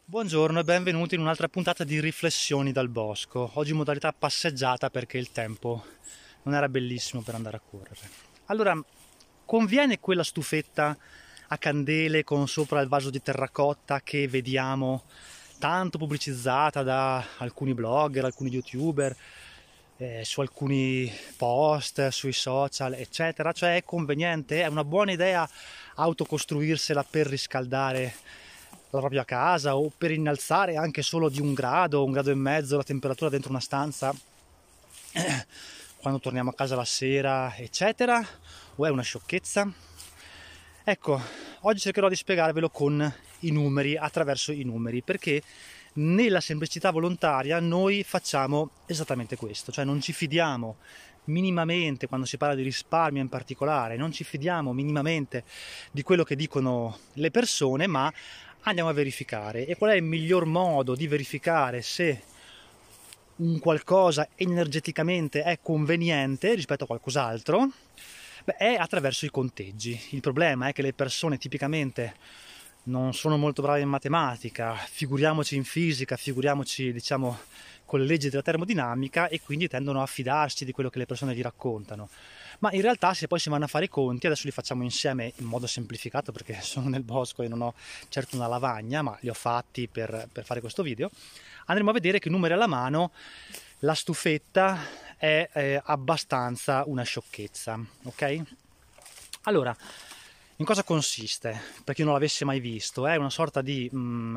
Buongiorno e benvenuti in un'altra puntata di Riflessioni dal bosco. Oggi in modalità passeggiata perché il tempo non era bellissimo per andare a correre. Allora, conviene quella stufetta a candele con sopra il vaso di terracotta che vediamo tanto pubblicizzata da alcuni blogger, alcuni youtuber, su alcuni post, sui social, eccetera? Cioè è conveniente, è una buona idea autocostruirsela per riscaldare la propria casa o per innalzare anche solo di 1 grado e mezzo la temperatura dentro una stanza quando torniamo a casa la sera, eccetera? O è una sciocchezza? Ecco, oggi cercherò di spiegarvelo con i numeri, attraverso i numeri, perché nella semplicità volontaria noi facciamo esattamente questo, cioè non ci fidiamo minimamente quando si parla di risparmio in particolare, non ci fidiamo minimamente di quello che dicono le persone, ma andiamo a verificare. E qual è il miglior modo di verificare se un qualcosa energeticamente è conveniente rispetto a qualcos'altro? Beh, è attraverso i conteggi. Il problema è che le persone tipicamente non sono molto brave in matematica, figuriamoci in fisica, figuriamoci, diciamo, con le leggi della termodinamica, e quindi tendono a fidarsi di quello che le persone gli raccontano. Ma in realtà, se poi si vanno a fare i conti, adesso li facciamo insieme in modo semplificato perché sono nel bosco e non ho certo una lavagna, ma li ho fatti per fare questo video, andremo a vedere che, numeri alla mano, la stufetta è abbastanza una sciocchezza, ok? Allora, in cosa consiste? Per chi non l'avesse mai visto, è una sorta di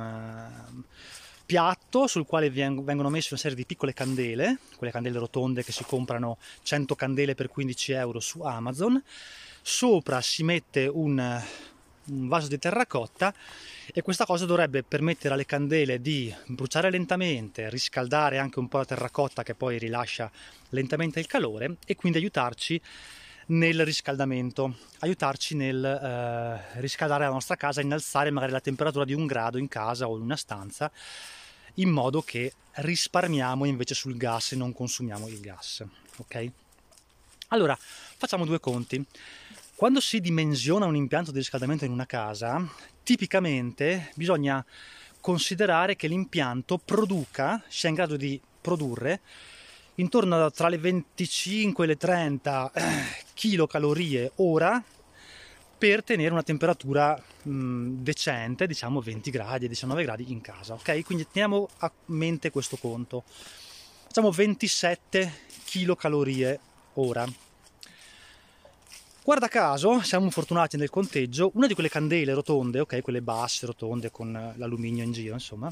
piatto sul quale vengono messe una serie di piccole candele, quelle candele rotonde che si comprano 100 candele per 15 euro su Amazon. Sopra si mette un vaso di terracotta e questa cosa dovrebbe permettere alle candele di bruciare lentamente, riscaldare anche un po' la terracotta che poi rilascia lentamente il calore e quindi aiutarci nel riscaldamento, aiutarci nel riscaldare la nostra casa, innalzare magari la temperatura di 1 grado in casa o in una stanza, in modo che risparmiamo invece sul gas e non consumiamo il gas. Ok? Allora, facciamo due conti. Quando si dimensiona un impianto di riscaldamento in una casa, tipicamente bisogna considerare che l'impianto sia in grado di produrre intorno tra le 25 e le 30 kcal ora per tenere una temperatura decente, diciamo 20 gradi e 19 gradi in casa, ok? Quindi teniamo a mente questo conto. Facciamo 27 kcal ora. Guarda caso, siamo fortunati nel conteggio, una di quelle candele rotonde, ok, quelle basse, rotonde, con l'alluminio in giro, insomma,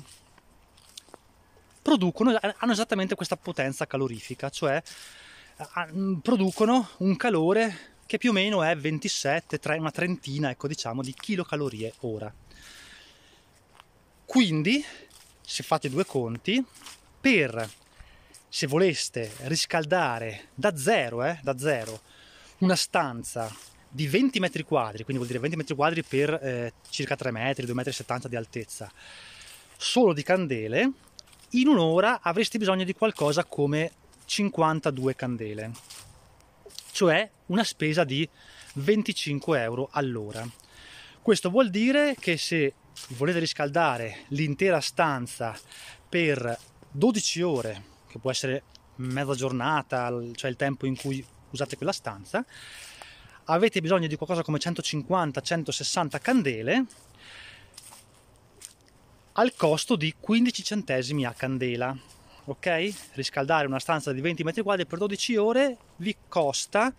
hanno esattamente questa potenza calorifica, cioè producono un calore che più o meno è 27, una trentina, ecco, diciamo, di kilocalorie ora. Quindi, se fate due conti, se voleste riscaldare da zero, una stanza di 20 metri quadri, quindi vuol dire 20 metri quadri per circa 3 metri, 2,70 metri di altezza, solo di candele, in un'ora avresti bisogno di qualcosa come 52 candele, cioè una spesa di 25 euro all'ora. Questo vuol dire che se volete riscaldare l'intera stanza per 12 ore, che può essere mezza giornata, cioè il tempo in cui usate quella stanza, avete bisogno di qualcosa come 150-160 candele al costo di 15 centesimi a candela. Ok? Riscaldare una stanza di 20 metri quadri per 12 ore vi costa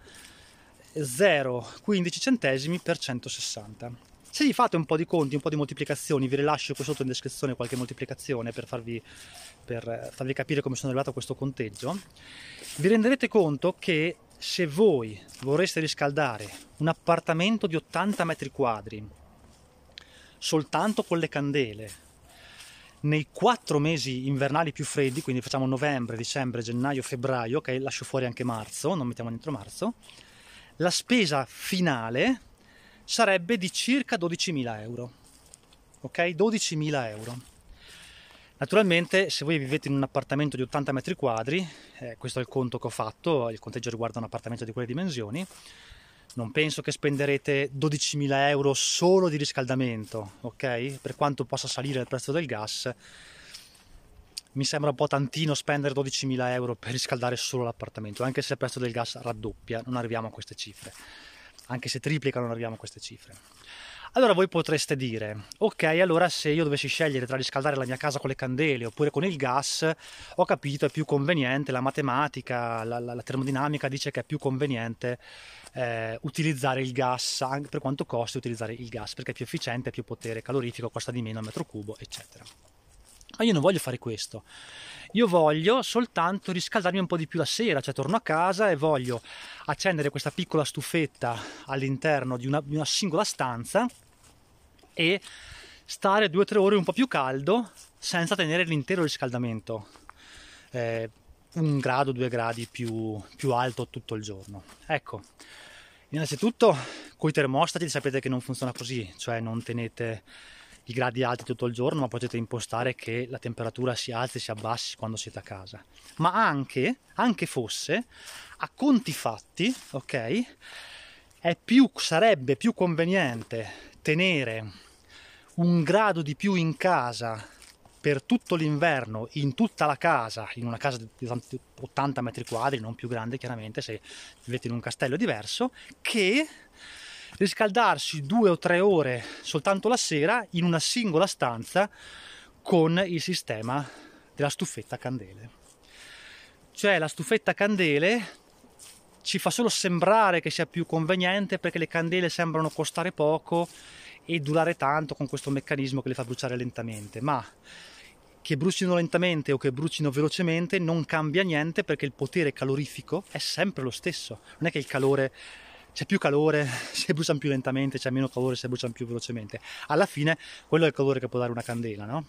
0,15 centesimi per 160. Se vi fate un po' di conti, un po' di moltiplicazioni, vi rilascio qui sotto in descrizione qualche moltiplicazione per farvi capire come sono arrivato a questo conteggio, vi renderete conto che se voi vorreste riscaldare un appartamento di 80 metri quadri soltanto con le candele nei 4 mesi invernali più freddi, quindi facciamo novembre, dicembre, gennaio, febbraio, ok, lascio fuori anche marzo, non mettiamo dentro marzo, la spesa finale sarebbe di circa 12.000 euro, ok? 12.000 euro. Naturalmente, se voi vivete in un appartamento di 80 metri quadri, questo è il conto che ho fatto, il conteggio riguarda un appartamento di quelle dimensioni, Non penso che spenderete 12.000 euro solo di riscaldamento, ok? Per quanto possa salire il prezzo del gas, mi sembra un po' tantino spendere 12.000 euro per riscaldare solo l'appartamento, anche se il prezzo del gas raddoppia, non arriviamo a queste cifre. Anche se triplica non arriviamo a queste cifre. Allora voi potreste dire, ok, allora se io dovessi scegliere tra riscaldare la mia casa con le candele oppure con il gas, ho capito, è più conveniente, la matematica, la termodinamica dice che è più conveniente utilizzare il gas, anche per quanto costa utilizzare il gas, perché è più efficiente, ha più potere calorifico, costa di meno al metro cubo, eccetera. Ma io non voglio fare questo, io voglio soltanto riscaldarmi un po' di più la sera, cioè torno a casa e voglio accendere questa piccola stufetta all'interno di una singola stanza e stare 2 o 3 ore un po' più caldo senza tenere l'intero riscaldamento 1 grado, 2 gradi più alto tutto il giorno. Ecco, innanzitutto con i termostati sapete che non funziona così, cioè non tenete i gradi alti tutto il giorno, ma potete impostare che la temperatura si alzi e si abbassi quando siete a casa. Ma anche fosse, a conti fatti, ok, sarebbe più conveniente tenere 1 grado di più in casa per tutto l'inverno, in tutta la casa, in una casa di 80 metri quadri, non più grande chiaramente, se vivete in un castello è diverso, che riscaldarsi 2 o 3 ore soltanto la sera in una singola stanza con il sistema della stufetta a candele. Cioè la stufetta a candele ci fa solo sembrare che sia più conveniente perché le candele sembrano costare poco e durare tanto con questo meccanismo che le fa bruciare lentamente, ma che brucino lentamente o che brucino velocemente non cambia niente perché il potere calorifico è sempre lo stesso. Non è che il calore, c'è più calore se bruciano più lentamente, c'è meno calore se bruciano più velocemente. Alla fine quello è il calore che può dare una candela, no?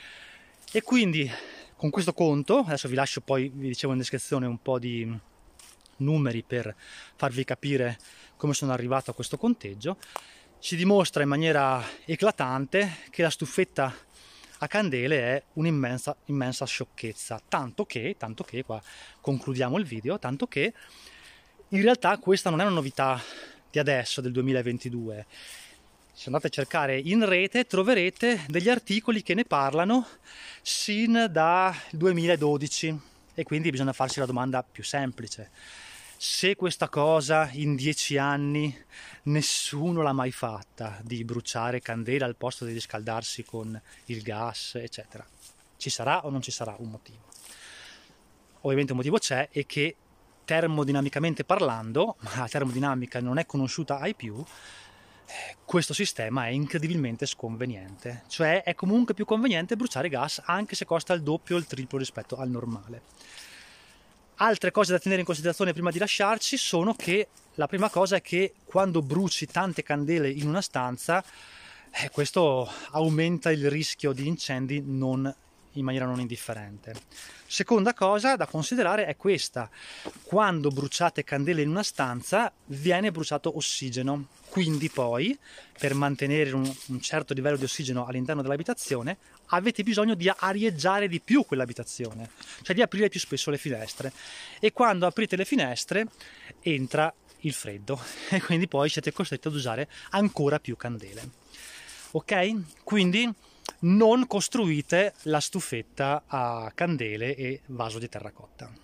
E quindi con questo conto, adesso vi lascio poi, vi dicevo in descrizione, un po' di numeri per farvi capire come sono arrivato a questo conteggio, ci dimostra in maniera eclatante che la stufetta a candele è un'immensa sciocchezza, tanto che, qua concludiamo il video, tanto che in realtà questa non è una novità di adesso, del 2022. Se andate a cercare in rete troverete degli articoli che ne parlano sin dal 2012 e quindi bisogna farsi la domanda più semplice. Se questa cosa in 10 anni nessuno l'ha mai fatta, di bruciare candela al posto di riscaldarsi con il gas, eccetera, ci sarà o non ci sarà un motivo? Ovviamente un motivo c'è, e che termodinamicamente parlando, ma la termodinamica non è conosciuta ai più, questo sistema è incredibilmente sconveniente, cioè è comunque più conveniente bruciare gas anche se costa il doppio o il triplo rispetto al normale. Altre cose da tenere in considerazione prima di lasciarci sono che la prima cosa è che quando bruci tante candele in una stanza, questo aumenta il rischio di incendi in maniera non indifferente. Seconda cosa da considerare è questa: quando bruciate candele in una stanza viene bruciato ossigeno, quindi poi per mantenere un certo livello di ossigeno all'interno dell'abitazione avete bisogno di arieggiare di più quell'abitazione, cioè di aprire più spesso le finestre, e quando aprite le finestre entra il freddo e quindi poi siete costretti ad usare ancora più candele. Ok? Quindi non costruite la stufetta a candele e vaso di terracotta.